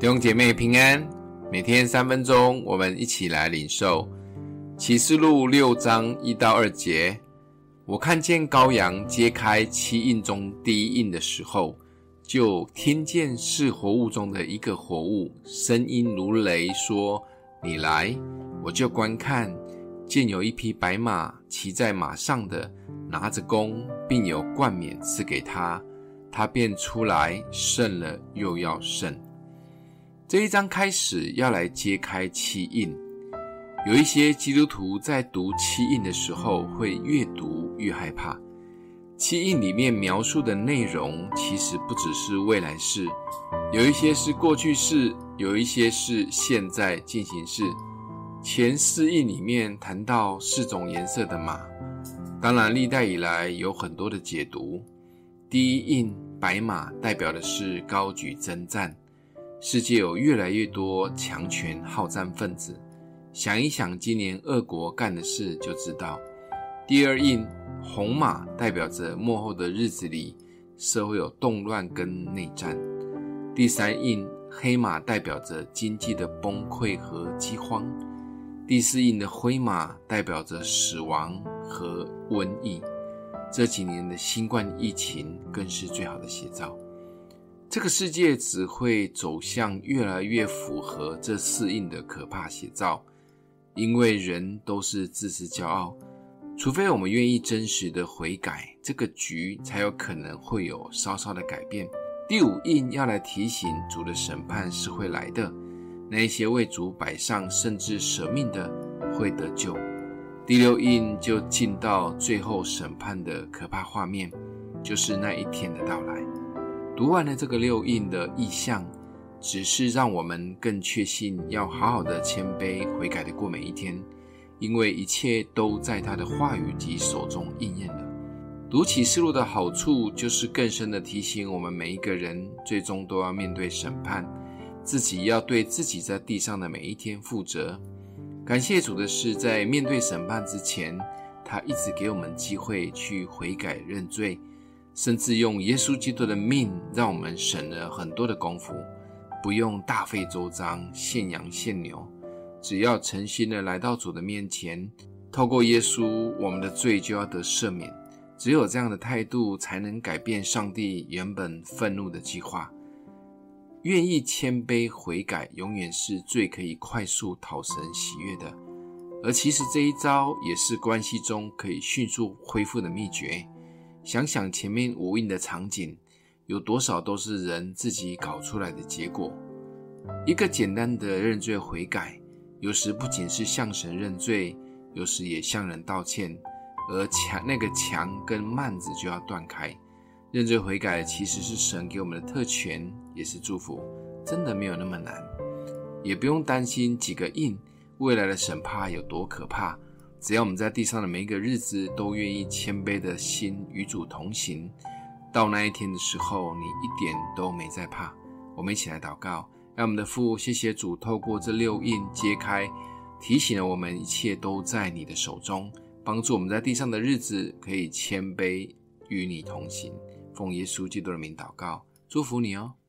弟兄姐妹平安，每天3分钟，我们一起来领受启示录6章1到2节。我看见羔羊揭开7印中第1印的时候，就听见是活物中的一个活物，声音如雷说：你来。我就观看，见有一匹白马，骑在马上的拿着弓，并有冠冕赐给他，他便出来，胜了又要胜。这一章开始要来揭开7印。有一些基督徒在读7印的时候会越读越害怕。7印里面描述的内容其实不只是未来式，有一些是过去式，有一些是现在进行式。前4印里面谈到4种颜色的马，当然历代以来有很多的解读。第1印白马代表的是高举征战，世界有越来越多强权好战分子，想一想今年俄国干的事就知道。第2印红马代表着末后的日子里社会有动乱跟内战。第3印黑马代表着经济的崩溃和饥荒。第4印的灰马代表着死亡和瘟疫。这几年的新冠疫情更是最好的写照。这个世界只会走向越来越符合这4印的可怕写照，因为人都是自私骄傲，除非我们愿意真实的悔改，这个局才有可能会有稍稍的改变。第5印要来提醒主的审判是会来的，那一些为主摆上甚至舍命的会得救。第6印就进到最后审判的可怕画面，就是那一天的到来。读完了这个6印的意象，只是让我们更确信要好好的谦卑悔改的过每一天，因为一切都在他的话语及手中应验了。读启示录的好处就是更深的提醒我们每一个人最终都要面对审判，自己要对自己在地上的每一天负责。感谢主的是，在面对审判之前，他一直给我们机会去悔改认罪，甚至用耶稣基督的命让我们省了很多的功夫，不用大费周章献羊献牛，只要诚心的来到主的面前，透过耶稣，我们的罪就要得赦免。只有这样的态度，才能改变上帝原本愤怒的计划。愿意谦卑悔改，永远是最可以快速讨神喜悦的。而其实这一招也是关系中可以迅速恢复的秘诀。想想前面5印的场景，有多少都是人自己搞出来的结果。一个简单的认罪悔改，有时不仅是向神认罪，有时也向人道歉，而那个墙跟幔子就要断开。认罪悔改其实是神给我们的特权，也是祝福，真的没有那么难。也不用担心几个印未来的审判有多可怕，只要我们在地上的每一个日子都愿意谦卑的心与主同行，到那一天的时候，你一点都没在怕。我们一起来祷告。让我们的父，谢谢主透过这6印揭开，提醒了我们一切都在你的手中，帮助我们在地上的日子可以谦卑与你同行。奉耶稣基督的名祷告，祝福你哦。